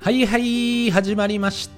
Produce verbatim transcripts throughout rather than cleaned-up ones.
はいはい始まりました。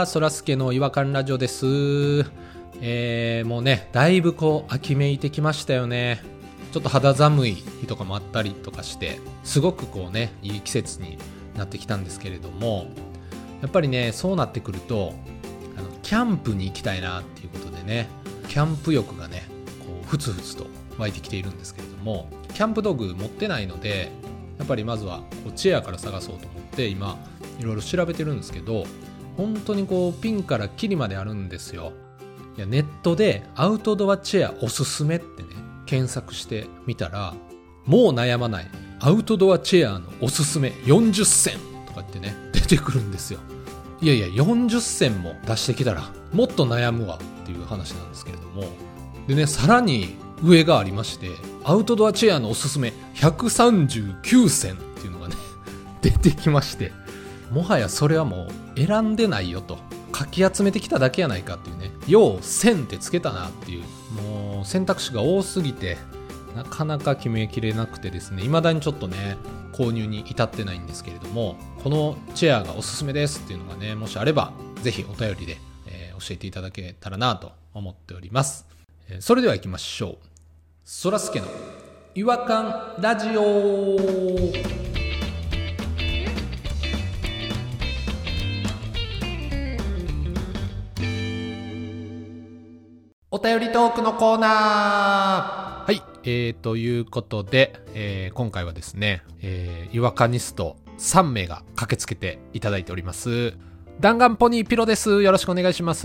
そらすけの違和感ラジオです。えー、もうねだいぶこう秋めいてきましたよね。ちょっと肌寒い日とかもあったりとかしてすごくこうねいい季節になってきたんですけれども、やっぱりねそうなってくるとあのキャンプに行きたいなっていうことでね、キャンプ欲がねこうふつふつと湧いてきているんですけれども、キャンプ道具持ってないのでやっぱりまずはこうチェアから探そうと思って今いろいろ調べてるんですけど、本当にこうピンからキリまであるんですよ。いやネットでアウトドアチェアおすすめってね検索してみたら、もう悩まないアウトドアチェアのおすすめよんじゅっせんとかってね出てくるんですよ。いやいやよんじゅっせんも出してきたらもっと悩むわっていう話なんですけれども、でねさらに上がありまして、アウトドアチェアのおすすめひゃくさんじゅうきゅうせんっていうのがね出てきまして、もはやそれはもう選んでないよと、かき集めてきただけやないかっていうね、ようせんってつけたなっていう、もう選択肢が多すぎてなかなか決めきれなくてですね、未だにちょっとね購入に至ってないんですけれども、このチェアがおすすめですっていうのがねもしあればぜひお便りで、えー、教えていただけたらなと思っております。えー、それでは行きましょう。そらすけの違和感ラジオ。お便りトークのコーナー。はい、えー、ということで、えー、今回はですね、えー、違和感ニストさんめいが駆けつけていただいております。弾丸ポニーピロです。よろしくお願いします。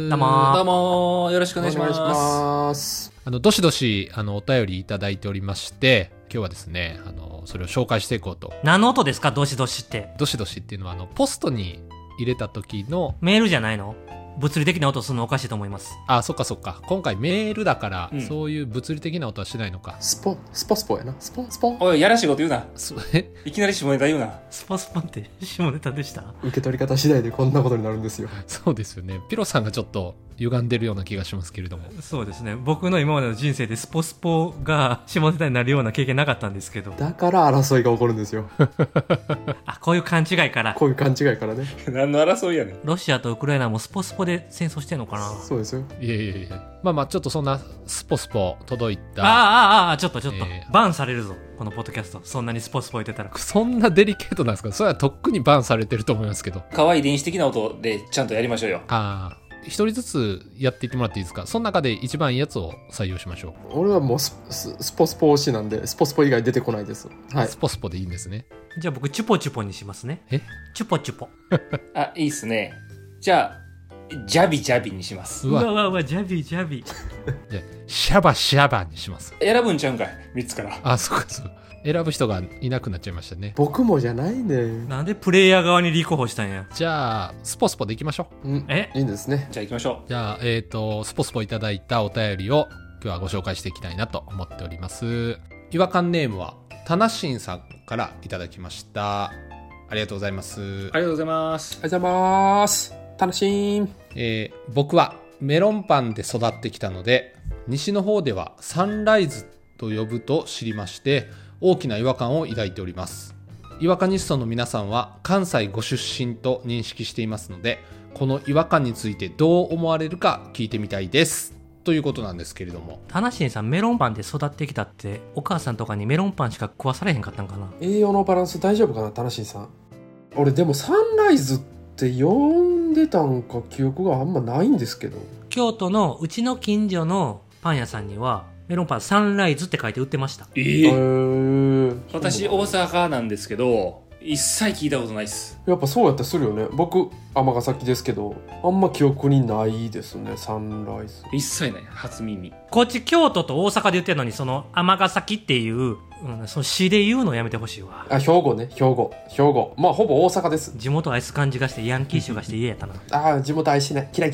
どうもどうもよろしくお願いします。 あのどしどしあのお便りいただいておりまして、今日はですねあのそれを紹介していこうと。 何の音ですか？どしどしって。 どしどしっていうのはあのポストに入れた時のメールじゃないの？物理的な音するのおかしいと思います。 あ、そっかそっか。今回メールだから、うん、そういう物理的な音はしないのか。 スポスポスポやな。スポスポ。 おいやらしいこと言うな。 えいきなり下ネタ言うな。 スポスポって下ネタでした？ 受け取り方次第でこんなことになるんですよ。 そうですよね。ピロさんがちょっと歪んでるような気がしますけれども。 そうですね。僕の今までの人生でスポスポが下ネタになるような経験なかったんですけど。 だから争いが起こるんですよ。 あ、こういう勘違いから。 こういう勘違いからね。 何の争いやねん。 ロシアとウクライナもスポスポで戦争してんのかな。 そうですよ。 いやいやいや。まあまあちょっとそんなスポスポ届いた。 ああああちょっとちょっと、 えー、 バンされるぞこのポッドキャスト。そんなにスポスポ言ってたら。 そんなデリケートなんですか？それはとっくにバンされてると思いますけど。 可愛い電子的な音でちゃんとやりましょうよ。 ああ。一人ずつやっていってもらっていいですか？その中で一番いいやつを採用しましょう。 俺はもうス, ス, スポスポ推しなんでスポスポ以外出てこないです。はい。 スポスポでいいんですね。 じゃあ僕チュポチュポにしますね。 え？ チュポチュポ。 あ、いいっすね。じゃあジャビジャビにします。 うわうわうわジャビジャビ。 じゃあシャバシャバにします。 選ぶんちゃうんかいみっつから。 あ、そうかそうか。選ぶ人がいなくなっちゃいましたね。 僕もじゃないね。 なんでプレイヤー側に立候補したんや。 じゃあスポスポでいきましょう、うん、えいいんですね。 じゃあ行きましょう。じゃあえっ、ー、とスポスポいただいたお便りを今日はご紹介していきたいなと思っております。違和感ネームはタナシンさんからいただきました。ありがとうございます。 う。ありがとうございます。 ありがとうございます。楽しい、 えー、僕はメロンパンで育ってきたので、西の方ではサンライズと呼ぶと知りまして、大きな違和感を抱いております。違和感ニストの皆さんは関西ご出身と認識していますので、この違和感についてどう思われるか聞いてみたいですということなんですけれども。 タナシンさんメロンパンで育ってきたって、お母さんとかにメロンパンしか食わされへんかったんかな。 栄養のバランス大丈夫かな、タナシンさん。俺でもサンライズって呼んでたんか記憶があんまないんですけど、 京都のうちの近所のパン屋さんにはメロンパンサンライズって書いて売ってました。 えー、 えー、 私大阪なんですけど一切聞いたことないっす。 やっぱそうやってするよね。僕尼崎ですけどあんま記憶にないですね、サンライズ。 一切ない、初耳。 こっち京都と大阪で言ってるのに、その尼崎っていう、うん、その市で言うのやめてほしいわ。 あ、兵庫ね、兵庫兵庫まあほぼ大阪です。 地元愛す感じがしてヤンキー臭がして嫌やったな。 ああ、地元愛しない、嫌い嫌い。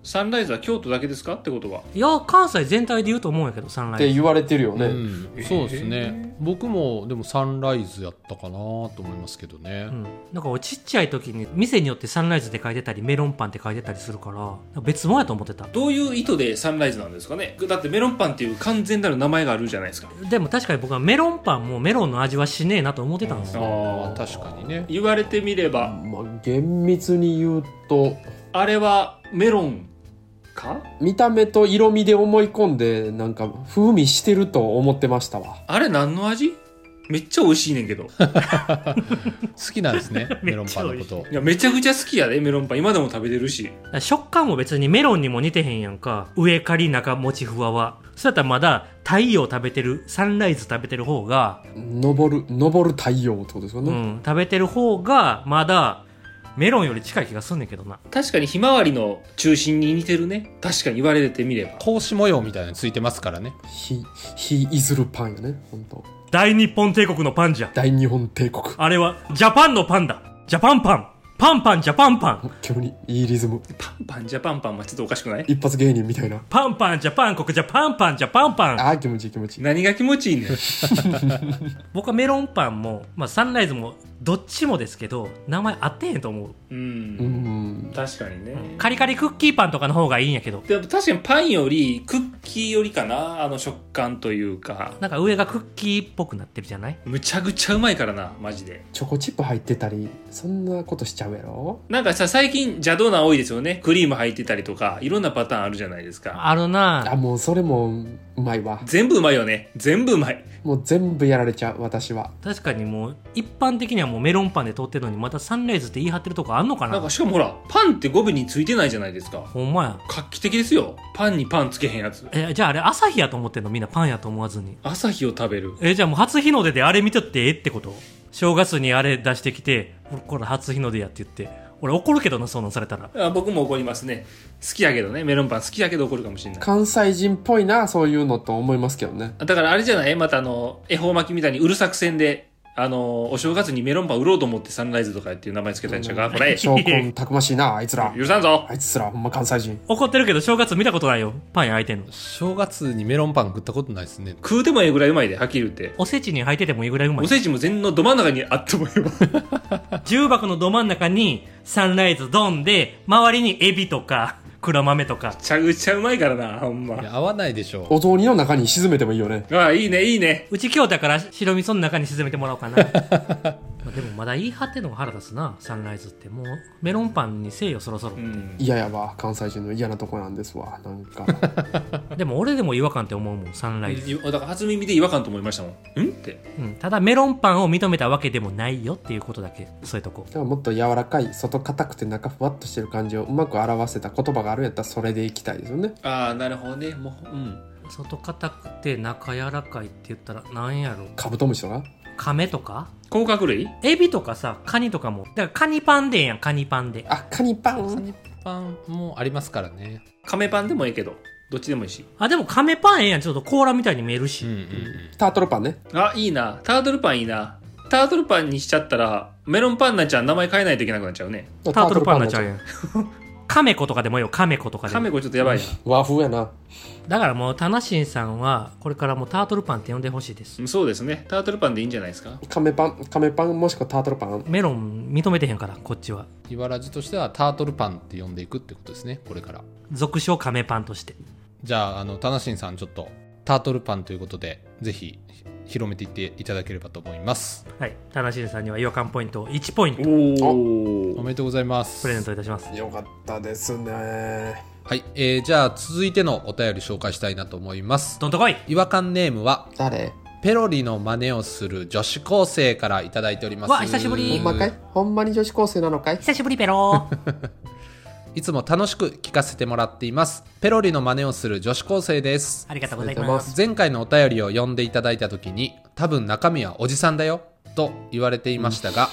サンライズは京都だけですかってことは。 いや関西全体で言うと思うんやけどサンライズって言われてるよね、 うん、そうですね。僕もでもサンライズやったかなと思いますけどね、 うん、なんか俺ちっちゃい時に店によってサンライズって書いてたりメロンパンって書いてたりするから別物やと思ってた。 どういう意図でサンライズなんですかね。だってメロンパンっていう完全なる名前があるじゃないですか。 でも確かに僕はメロンパンもメロンの味はしねえなと思ってたんですよ。 まあ確かにね。 言われてみれば、 まあ、厳密に言うとあれはメロンか。 見た目と色味で思い込んでなんか風味してると思ってましたわ。 あれ何の味。めっちゃ美味しいねんけど好きなんですねメロンパンのこといやめちゃくちゃ好きやでメロンパン。今でも食べてるし。 食感も別にメロンにも似てへんやんか。上カリ中もちふわは。そうやったらまだ太陽食べてるサンライズ食べてる方が、 昇る昇る太陽ってことですよね、 うん、食べてる方がまだメロンより近い気がすんねんけどな。 確かにひまわりの中心に似てるね。確かに言われてみれば格子模様みたいなのついてますからね。 ひひいずるパンやね。本当大日本帝国のパンじゃ。 大日本帝国。 あれはジャパンのパンだ。ジャパンパンパンパンジャパンパン。 急にいいリズム。 パンパンジャパンパンはちょっとおかしくない。 一発芸人みたいな。 パンパンジャパン国ジャパンパンジャパンパン。 あー気持ちいい気持ちいい。 何が気持ちいいねん僕はメロンパンも、まあ、サンライズもどっちもですけど名前合ってへんと思う。 うん、 うん確かにね、 カリカリクッキーパンとかの方がいいんやけど、 でも確かにパンよりクッキーよりかな。あの食感というかなんか上がクッキーっぽくなってるじゃない。 むちゃくちゃうまいからなマジで。 チョコチップ入ってたりそんなことしちゃうやろ。 なんかさ最近邪道な多いですよね。クリーム入ってたりとかいろんなパターンあるじゃないですか。 あるなあもうそれもうまいわ。 全部うまいよね。全部うまい。 もう全部やられちゃう私は。 確かにもう一般的にはもうメロンパンで通ってるのにまたサンライズって言い張ってるとこあんのかな。 なんかしかもほらパンって語尾についてないじゃないですか。 ほんまや。 画期的ですよ。パンにパンつけへんやつ。 えじゃああれ朝日やと思ってんのみんなパンやと思わずに。 朝日を食べる。 えじゃあもう初日の出であれ見とってええってこと。正月にあれ出してきてこれ初日の出やって言って俺怒るけどなそんなんされたら。 あ僕も怒りますね。好きやけどね。メロンパン好きやけど怒るかもしれない。 関西人っぽいなそういうのと思いますけどね。 だからあれじゃない。またあの恵方巻きみたいにうるさくせんであのお正月にメロンパン売ろうと思ってサンライズとかっていう名前つけたんちゃうか。これ証拠たくましいなあいつら。 許さんぞ。 あいつらほんま関西人。 怒ってるけど正月見たことないよパン焼いてんの。 正月にメロンパン食ったことないですね。 食うてもええぐらいうまいではっきり言って。 おせちに入っててもいいぐらいうまい。 おせちも全のど真ん中にあってもええわ重箱のど真ん中にサンライズドンで周りにエビとか黒豆とか。 ちゃぐちゃうまいからなほんま。 いや合わないでしょお雑煮の中に沈めてもいいよね。 ああいいねいいね。 うち京都だから白味噌の中に沈めてもらおうかなでもまだ言い張ってんのが腹立つなサンライズって。もうメロンパンにせえよそろそろ、 うん、 嫌やわ関西人の嫌なとこなんですわなんかでも俺でも違和感って思うもんサンライズ、 だから初耳で違和感と思いましたもん。んって、 うん、ただメロンパンを認めたわけでもないよっていうことだけ。そういうとこでももっと柔らかい外硬くて中ふわっとしてる感じをうまく表せた言葉があるんやったらそれでいきたいですよね。 ああなるほどね。もううん外硬くて中柔らかいって言ったらなんやろ。 カブトムシとか亀とか甲殻類。 エビとかさカニとかもだからカニパンでええやん。カニパンであカニパンカニパンもありますからね。 亀パンでもええけどどっちでもいいし。 あでも亀パンええやん。ちょっと甲羅みたいに見えるし、 うんうんうん。 タートルパンね。 あいいな。タートルパンいいな。タートルパンにしちゃったらメロンパンナちゃん名前変えないといけなくなっちゃうね。 タタートルパンになっちゃうやんカメコとかでもいいよ。カメコとかでも。 カメコちょっとやばいな和風やな。 だからもうタナシンさんはこれからもうタートルパンって呼んでほしいです。 そうですね。タートルパンでいいんじゃないですか。 カメパンカメパンもしくはタートルパン。 メロン認めてへんからこっちは。 茨ラジとしてはタートルパンって呼んでいくってことですねこれから。 俗称カメパンとして。 じゃああのタナシンさんちょっとタートルパンということでぜひ広めていっていただければと思います。 はい。タナシンさんには違和感ポイントいちポイントおおめでとうございます。 プレゼントいたします。 よかったですね。 はい、えー、じゃあ続いてのお便り紹介したいなと思います。 どんとこい。 違和感ネームは誰？ ペロリの真似をする女子高生からいただいております。 わ久しぶりほんまかい？ほんまに女子高生なのかい？ 久しぶりペロいつも楽しく聞かせてもらっています。ペロリの真似をする女子高生です。 ありがとうございありがとうございますます。 前回のお便りを読んでいただいた時に多分中身はおじさんだよと言われていましたが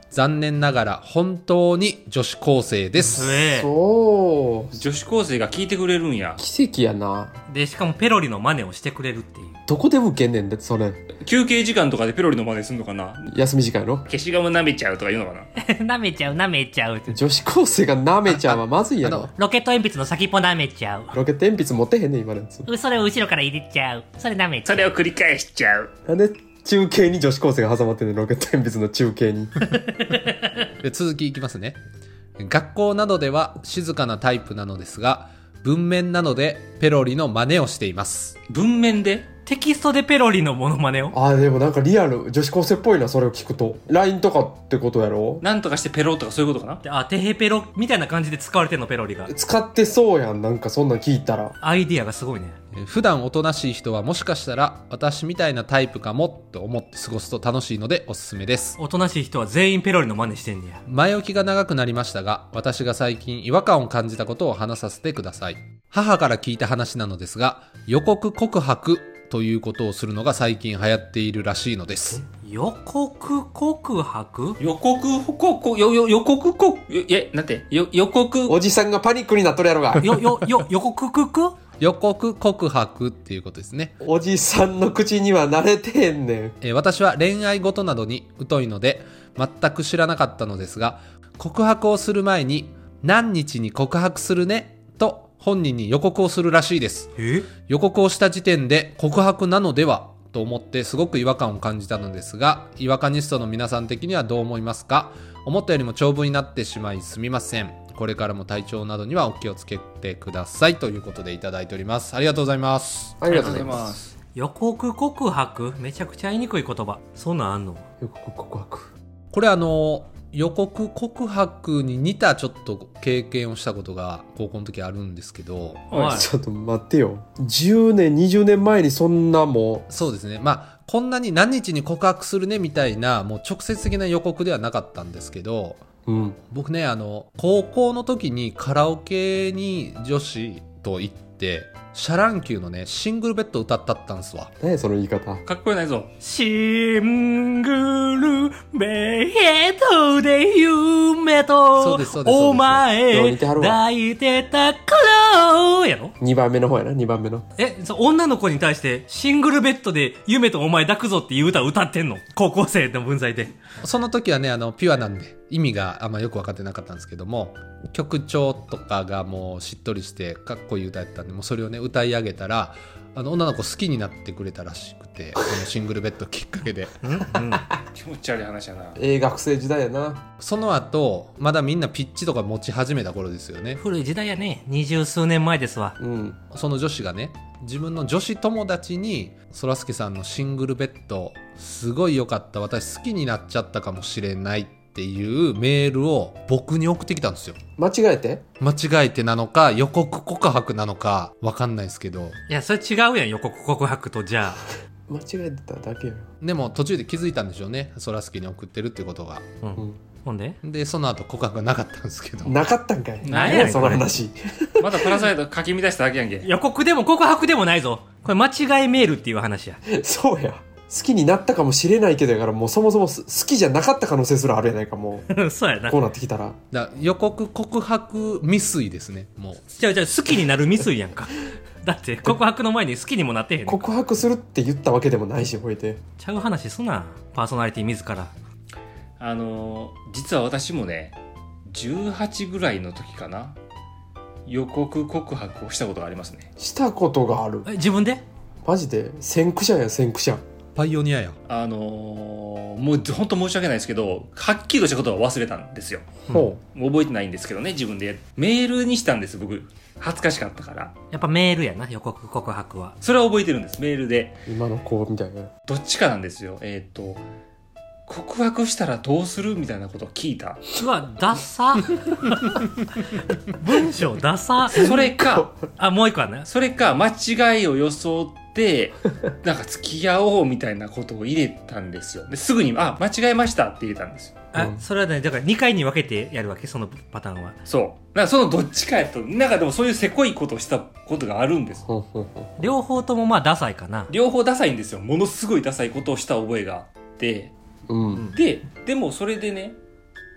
残念ながら本当に女子高生です。 ええそう女子高生が聞いてくれるんや。 奇跡やな。 で、しかもペロリの真似をしてくれるっていう。 どこでも受けんねんで、それ。 休憩時間とかでペロリの真似すんのかな。 休み時間やろ。 消しゴム舐めちゃうとか言うのかな。 舐めちゃう、舐めちゃう。 女子高生が舐めちゃうはまずいやろあの。 ロケット鉛筆の先っぽ舐めちゃう。 ロケット鉛筆持ってへんねん、今のやつ。 それを後ろから入れちゃう。それ舐めちゃ。 そうれを繰り返しちゃう。 なんで中継に女子高生が挟まってんねん、ロケット鉛筆の中継に。 で続きいきますね。学校などでは静かなタイプなのですが、文面なのでペロリの真似をしています。 文面でテキストでペロリのモノマネを。 あーでもなんかリアル、女子高生っぽいな、それを聞くと。ライン とかってことやろ。 なんとかしてペロとかそういうことかな。 あ、テヘペロみたいな感じで使われてんの、ペロリが。 使ってそうやん、なんかそんなん聞いたら。 アイディアがすごいね。 普段おとなしい人はもしかしたら私みたいなタイプかもと思って過ごすと楽しいのでおすすめです。 おとなしい人は全員ペロリの真似してんねや。 前置きが長くなりましたが、私が最近違和感を感じたことを話させてください。母から聞いた話なのですが、予告告白ということをするのが最近流行っているらしいのです。 予告告白？ 予告告よよ予告告えなんてよ予告おじさんがパニックになっとるやろが。 よ、よ、よ、予告くく予告告白っていうことですね。 おじさんの口には慣れてへんねん。 えー私は恋愛事などに疎いので全く知らなかったのですが、告白をする前に何日に告白するねと本人に予告をするらしいです。 え予告をした時点で告白なのではと思ってすごく違和感を感じたのですが、違和感ニストの皆さん的にはどう思いますか？思ったよりも長文になってしまいすみません。これからも体調などにはお気をつけてくださいということでいただいております。ありがとうございます。 ありがとうございます。 す。 予告告白めちゃくちゃ言いにくい言葉。そんなんあんの？ 予告告白。 これあの予告告白に似たちょっと経験をしたことが高校の時あるんですけど、 はいちょっと待ってよ。じゅうねん、にじゅうねんまえにそんなもそうですね、まあこんなに何日に告白するねみたいなもう直接的な予告ではなかったんですけど、 う、うん。 僕ねあの高校の時にカラオケに女子と行ってシャランキューのねシングルベッド歌ったったんですわ。 何やその言い方。 かっこよないぞ。 シングルベッドで夢とそうですそうですそうですお前似てはるわ抱いてた頃やろ？ にばんめの方やな、にばんめの。 え、そう女の子に対してシングルベッドで夢とお前抱くぞっていう歌を歌ってんの？高校生の分際で。 その時はねあのピュアなんで意味があんまよく分かってなかったんですけども、曲調とかがもうしっとりしてかっこいい歌やったんで、もうそれをね歌い上げたらあの女の子好きになってくれたらしくて、このシングルベッドきっかけでうんうん気持ち悪い話やな。 ええ学生時代やな。 その後まだみんなピッチとか持ち始めた頃ですよね。 古い時代やね。二十数年前ですわ。 うん。 その女子がね自分の女子友達にそらすけさんのシングルベッドすごい良かった、私好きになっちゃったかもしれないっていうメールを僕に送ってきたんですよ。 間違えて間違えてなのか予告告白なのか分かんないですけど、 いや、それ違うやん、予告告白と。じゃあ間違えてただけよ。 でも途中で気づいたんでしょうね、そらすけに送ってるってことが。 うん、 うん。 ほんででその後告白がなかったんですけど、 なかったんかい。 なんやねんその話。 まだパラサイト書き乱しただけやんけ。 予告でも告白でもないぞ。これ間違いメールっていう話や。 そうや。好きになったかもしれないけどやからもうそもそもす好きじゃなかった可能性すらあるやないか、もそうやな。 う。こうなってきたら。 だから予告告白未遂ですね。もうじゃあじゃあ好きになる未遂やんか。だって告白の前に好きにもなってへんねん。 告白するって言ったわけでもないし、ほいて。 ちゃう話すな。パーソナリティ自ら。 あのー、実は私もね、じゅうはちぐらいの時かな、予告告白をしたことがありますね。 したことがある。 え、自分で？ マジで先駆者や先駆者。 パイオニアや。 あのー、もう本当申し訳ないですけど、はっきりとしたことは忘れたんですよ。 ほ覚えてないんですけどね、自分で。メールにしたんです、僕。恥ずかしかったから。 やっぱメールやな、予告告白は。 それは覚えてるんです、メールで。 う。今の子みたいな。 どっちかなんですよ。えっ、と、告白したらどうするみたいなことを聞いた。 うわ、ダサ。文章ダサ。 それか、 あ、もう一個はね。 それか、間違いを装って、なんか付き合おうみたいなことを入れたんですよ。で、すぐに、あ、間違えましたって入れたんですよ。 あ、 うんそれはね、だからにかいに分けてやるわけ、そのパターンは。 そう。だからそのどっちかやと、なんかでもそういうせこいことをしたことがあるんです。 ほんほんほん。 両方ともまあダサいかな。 両方ダサいんですよ。ものすごいダサいことをした覚えがあって。 うん。 で、でもそれでね、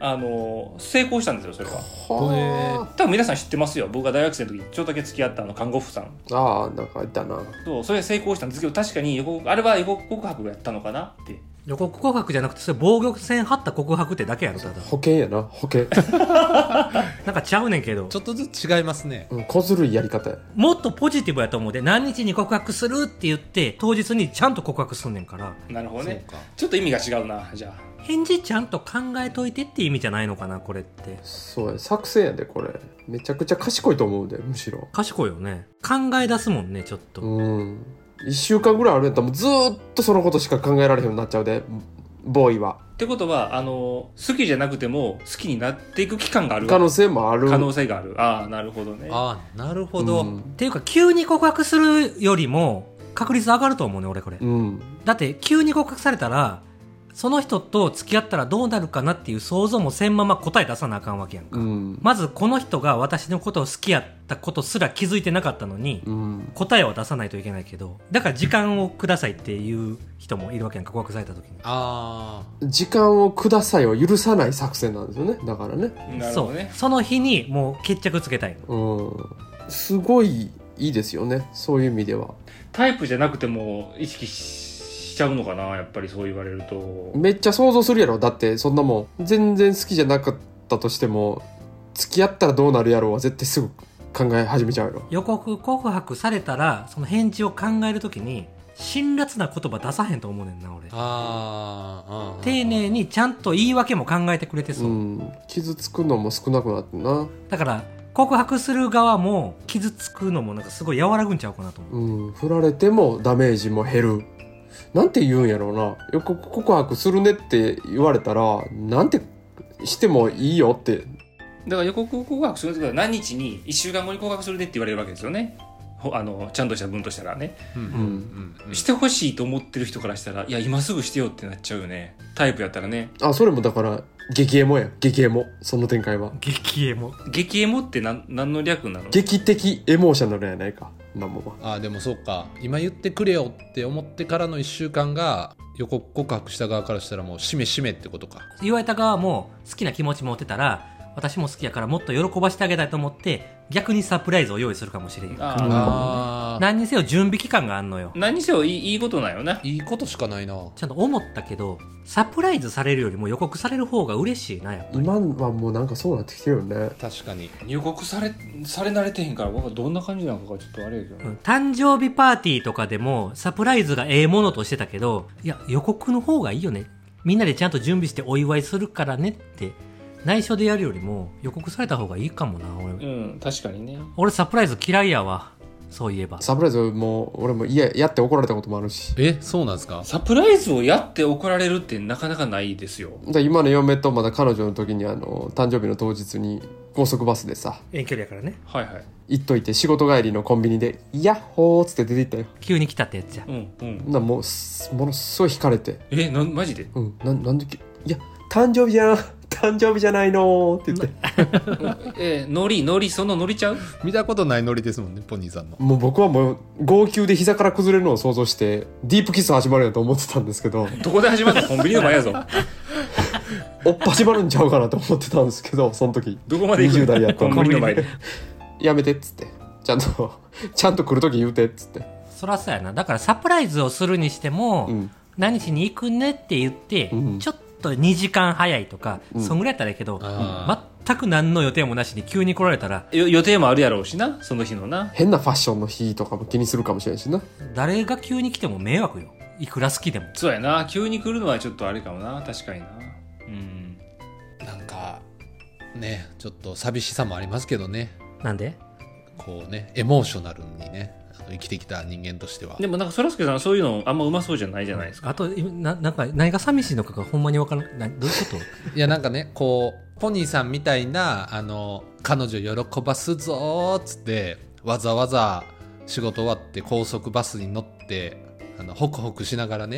あの成功したんですよそれは。 は多分皆さん知ってますよ。僕が大学生の時ちょっとだけ付き合ったあの看護婦さん、 あああなんか言ったな。 そうそれ成功したんですけど、確かに予告あれは予告告白がやったのかなって。 予告告白じゃなくてそれ防御線張った告白ってだけやろただ。 保険やな保険なんかちゃうねんけどちょっとずつ違いますね。 うん小ずるいやり方や。 もっとポジティブやと思うで、何日に告白するって言って当日にちゃんと告白すんねんから。 なるほどね。 そうか。 ちょっと意味が違うな。じゃあ返事ちゃんと考えといてって意味じゃないのかなこれって。 そうや作戦やでこれ。めちゃくちゃ賢いと思うでむしろ。 賢いよね。考え出すもんねちょっと。 うんいっしゅうかんぐらいあるんやったらもうずーっとそのことしか考えられへんようになっちゃうでボーイは。 ってことはあの好きじゃなくても好きになっていく期間がある可能性もある。 可能性がある。ああなるほどね。 ああ、なるほど。 うんっていうか急に告白するよりも確率上がると思うね俺これ。 うんだって急に告白されたらその人と付き合ったらどうなるかなっていう想像もせんまま答え出さなあかんわけやんか、 うんまずこの人が私のことを好きやったことすら気づいてなかったのに、 うん答えを出さないといけないけど、だから時間をくださいっていう人もいるわけやんか告白された時に。 あ時間をくださいを許さない作戦なんですよねだからね。 なるそうほどね。 その日にもう決着つけたいの。 うんすごいいいですよねそういう意味では。 タイプじゃなくても意識ししちゃうのかなやっぱりそう言われると。 めっちゃ想像するやろ。だってそんなもん全然好きじゃなかったとしても付き合ったらどうなるやろうは絶対すぐ考え始めちゃうやろ。 予告告白されたらその返事を考える時に辛辣な言葉出さへんと思うねんな俺。 ああああ丁寧にちゃんと言い訳も考えてくれてそう、 うん傷つくのも少なくなってな。 だから告白する側も傷つくのもなんかすごい和らぐんちゃうかなと思う。 うん振られてもダメージも減る。なんて言うんやろうな。よく告白するねって言われたらなんてしてもいいよって。 だから予告告白するときは何日にいっしゅうかんごに告白するねって言われるわけですよね。ほあのちゃんとした文としたらね、 うんうんうんうんしてほしいと思ってる人からしたらいや今すぐしてよってなっちゃうよねタイプやったらね。 あそれもだから激エモや激エモその展開は。 激エモ。 激エモって何何の略なの？ 劇的エモーショナルやないかなんもは。 ああでもそうか、今言ってくれよって思ってからのいっしゅうかんが予告告白した側からしたらもうしめしめってことか。 言われた側も好きな気持ち持ってたら私も好きやからもっと喜ばしてあげたいと思って逆にサプライズを用意するかもしれん。 あうんああ何にせよ準備期間があんのよ。 何にせよいいいいことなんよな。 いいことしかないな。 ちゃんと思ったけどサプライズされるよりも予告される方が嬉しいなやっぱり。 今はもうなんかそうなってきてるよね。 確かに。 入国されされ慣れてへんから僕はどんな感じなのかちょっとあれやけど、 うん誕生日パーティーとかでもサプライズがええものとしてたけど、いや予告の方がいいよね、みんなでちゃんと準備してお祝いするからねって内緒でやるよりも予告された方がいいかもな。俺、 うん確かにね。 俺サプライズ嫌いやわ。そういえばサプライズも俺も嫌やって怒られたこともあるし。 え、そうなんですか？ サプライズをやって怒られるってなかなかないですよ。 で今の嫁とまだ彼女の時にあの誕生日の当日に高速バスでさ遠距離やからね。 はいはい。 行っといて仕事帰りのコンビニでヤッホーっつって出て行ったよ。 急に来たってやつじゃん。 うんうん。 なもうすものすごい惹かれて、 えなんマジで？ うん、ななんできいや誕生日じゃん誕生日じゃないのーって言ってえノリノリそのノリちゃう？ 見たことないノリですもんね、ポニーさんの。 もう僕はもう号泣で膝から崩れるのを想像してディープキス始まるやと思ってたんですけどどこで始まったの？コンビニの前やぞ。 おっぱ始まるんちゃうかなと思ってたんですけどその時どこまで行くにじゅう代やったコンビニの前で。 やめてっつってちゃんとちゃんと来る時言うてっつって、 そらそうやな。だからサプライズをするにしても、 うん何しに行くねって言って、 うんちょっとにじかん早いとか、 うんそんぐらいやったらいいけど、 あ全く何の予定もなしに急に来られたらよ予定もあるやろうしなその日のな。 変なファッションの日とかも気にするかもしれんしな。 誰が急に来ても迷惑よ。いくら好きでも。 そうやな急に来るのはちょっとあれかもな確かにな。うん。 なんかね、ちょっと寂しさもありますけどね。 なんで？ こうね、エモーショナルにね、あの生きてきた人間としては。 でもなんかそらすけさんそういうのあんまうまそうじゃないじゃないですか。 あとななんか何が寂しいのかがほんまに分からん。などういうこと？ いやなんかね、こうポニーさんみたいなあの彼女喜ばすぞーっつってわざわざ仕事終わって高速バスに乗ってあのホクホクしながらね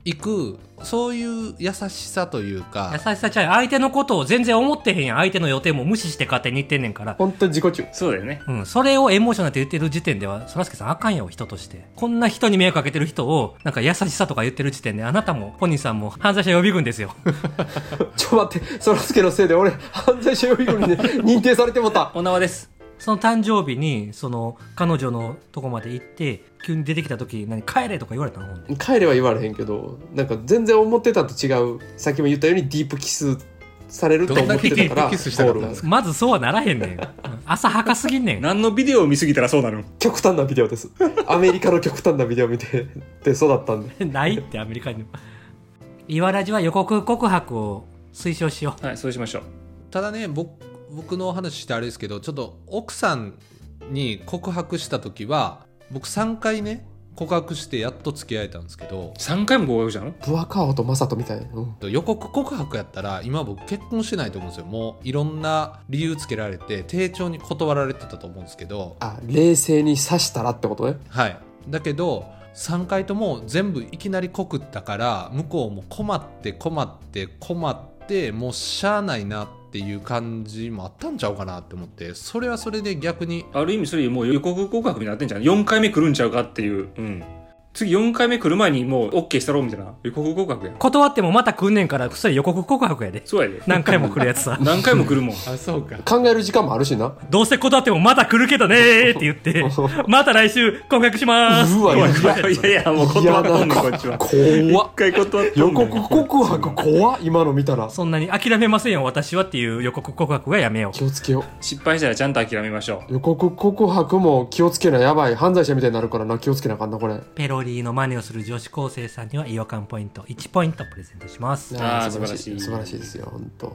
いくそういう優しさというか優しさちゃう、相手のことを全然思ってへんやん。相手の予定も無視して勝手に言ってんねんから。 本当に自己中。 そうだよね。 うん、それをエモーショナルって言ってる時点では、そらすけさんあかんよ、人として。こんな人に迷惑かけてる人を、なんか優しさとか言ってる時点で、あなたも、本人さんも犯罪者予備軍ですよ。 ちょ待って、そらすけのせいで俺犯罪者予備軍に、ね、認定されてもた。 お縄です。 その誕生日に、その、彼女のとこまで行って、急に出てきた時、何、帰れとか言われたの？ほんで。 帰れは言われへんけど、なんか全然思ってたと違う、さっきも言ったようにディープキスされると思ってたから、 どんだけディープキスしたかったんですか？ まずそうはならへんねん。朝はかすぎんねん。 何のビデオを見すぎたらそうなる。 極端なビデオです。アメリカの極端なビデオ見てで育ったんで。 ないってアメリカに。いわらじは予告告白を推奨しよう。 はい、そうしましょう。 ただね、僕僕のお話してあれですけど、ちょっと奥さんに告白した時は僕さんかいね告白してやっと付き合えたんですけど、 さんかいも告白したの？ ブアカオとマサトみたいな、うん、 予告告白やったら今僕結婚してないと思うんですよ。もういろんな理由つけられて丁重に断られてたと思うんですけど、 あ、冷静に刺したらってことね。 はい。だけどさんかいとも全部いきなり告ったから向こうも困って困って困ってもうしゃあないなっていう感じもあったんちゃうかなって思って、それはそれで逆にある意味それもう予告告白になってんじゃん。よんかいめ来るんちゃうかっていう。うん。次よんかいめ来る前にもう OK したろみたいな予告告白やん。 断ってもまた来んねんから、それ予告告白やで。 そうやで。 何回も来るやつさ。 何回も来るもん。 あ、そうか。 考える時間もあるしな。 どうせ断ってもまた来るけどねーって言って、また来週告白しまーす。 うわ、いやいやいや、もう断っとんねん、こっちは。 怖一っ。 回断っと予んねん。 告告白怖っ。今の見たらそんなに諦めませんよ、私はっていう予告告白はやめよう。 気をつけよ失敗したらちゃんと諦めましょう。予告告白も気をつけな、やばい犯罪者みたいになるからな。気をつけなあかんなこれ。 ペロリーの真似をする女子高生さんには違和感ポイントいちポイントプレゼントします。 あー素晴らしい素晴らしい素晴らしいですよ本当。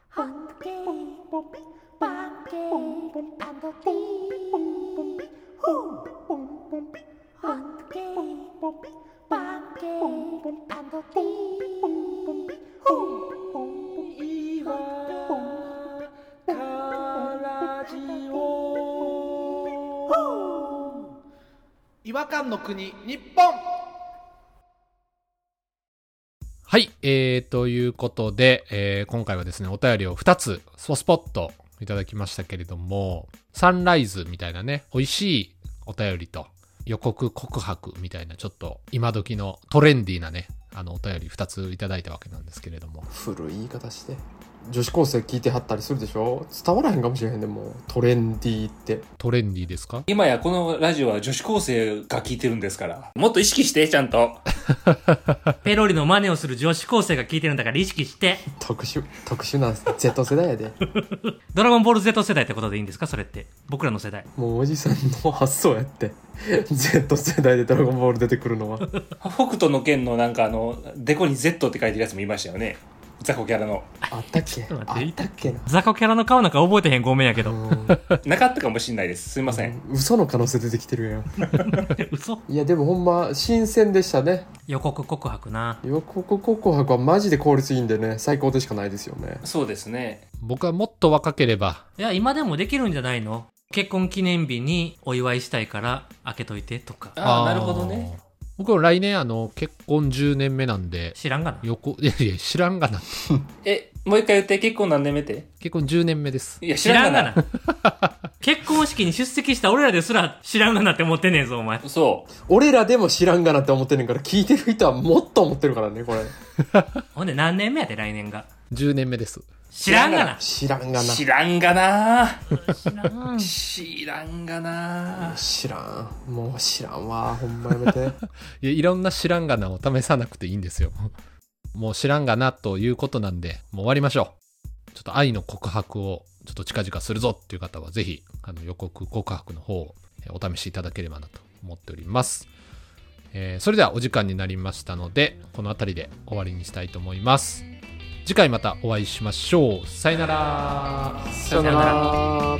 違和感の国日本。はい、えー、ということで、えー、今回はですねお便りをふたつスポスポッといただきましたけれども、サンライズみたいなね美味しいお便りと予告告白みたいなちょっと今時のトレンディーなねあのお便りふたついただいたわけなんですけれども、 古い言い方して女子高生聞いてはったりするでしょ。伝わらへんかもしれへんで、もうトレンディーってトレンディーですか？ 今やこのラジオは女子高生が聞いてるんですから、もっと意識してちゃんと。 ペロリの真似をする女子高生が聞いてるんだから意識して。 特殊特殊な Z 世代やで。 ドラゴンボール Z 世代ってことでいいんですか？それって僕らの世代。 もうおじさんの発想やって Z 世代でドラゴンボール出てくるのは。 北斗の拳のなんかあのデコに Z って書いてるやつもいましたよね、雑魚キャラの。 あったっけちょっとあ待ってったっけな。 雑魚キャラの顔なんか覚えてへん、ごめんやけど。 なかったかもしれないです。すいません。 嘘の可能性出てきてるやん。 嘘。 いやでもほんま新鮮でしたね。 予告告白な。 予告告白はマジで効率いいんでね、最高でしかないですよね。 そうですね。 僕はもっと若ければ。 いや今でもできるんじゃないの？結婚記念日にお祝いしたいから開けといてとか。 ああ、なるほどね。 僕は来年あの結婚じゅうねんめなんで。 知らんがな。 横いやいや知らんがな。 え、もう一回言って、結婚何年目って？ 結婚じゅうねんめです。 いや知らんがな。 結婚式に出席した俺らですら知らんがなって思ってんねんぞお前。 そう。 俺らでも知らんがなって思ってんねんから、聞いてる人はもっと思ってるからねこれ。 ほんで何年目やで来年が。 じゅうねんめです。 知らんがな。 知らんがな。 知らんがな。 知らん。 知らんがな。 知らん。もう知らんわ。ほんまやめて。 いや、いろんな知らんがなを試さなくていいんですよ。もう知らんがなということなんで、もう終わりましょう。ちょっと愛の告白をちょっと近々するぞっていう方はぜひあの予告告白の方をお試しいただければなと思っております。えー、それではお時間になりましたので、この辺りで終わりにしたいと思います。次回またお会いしましょう。さよなら。 さよなら。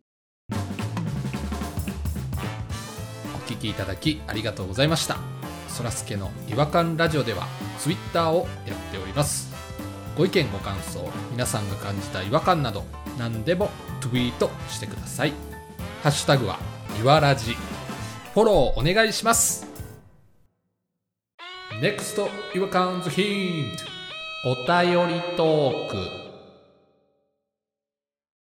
お聞きいただきありがとうございました。 そらすけの違和感ラジオではツイッターをやっております。ご意見ご感想、皆さんが感じた違和感など何でもツイートしてください。ハッシュタグはいわらじ、フォローお願いします。 ネクスト 違和感ズヒント、お便りトーク。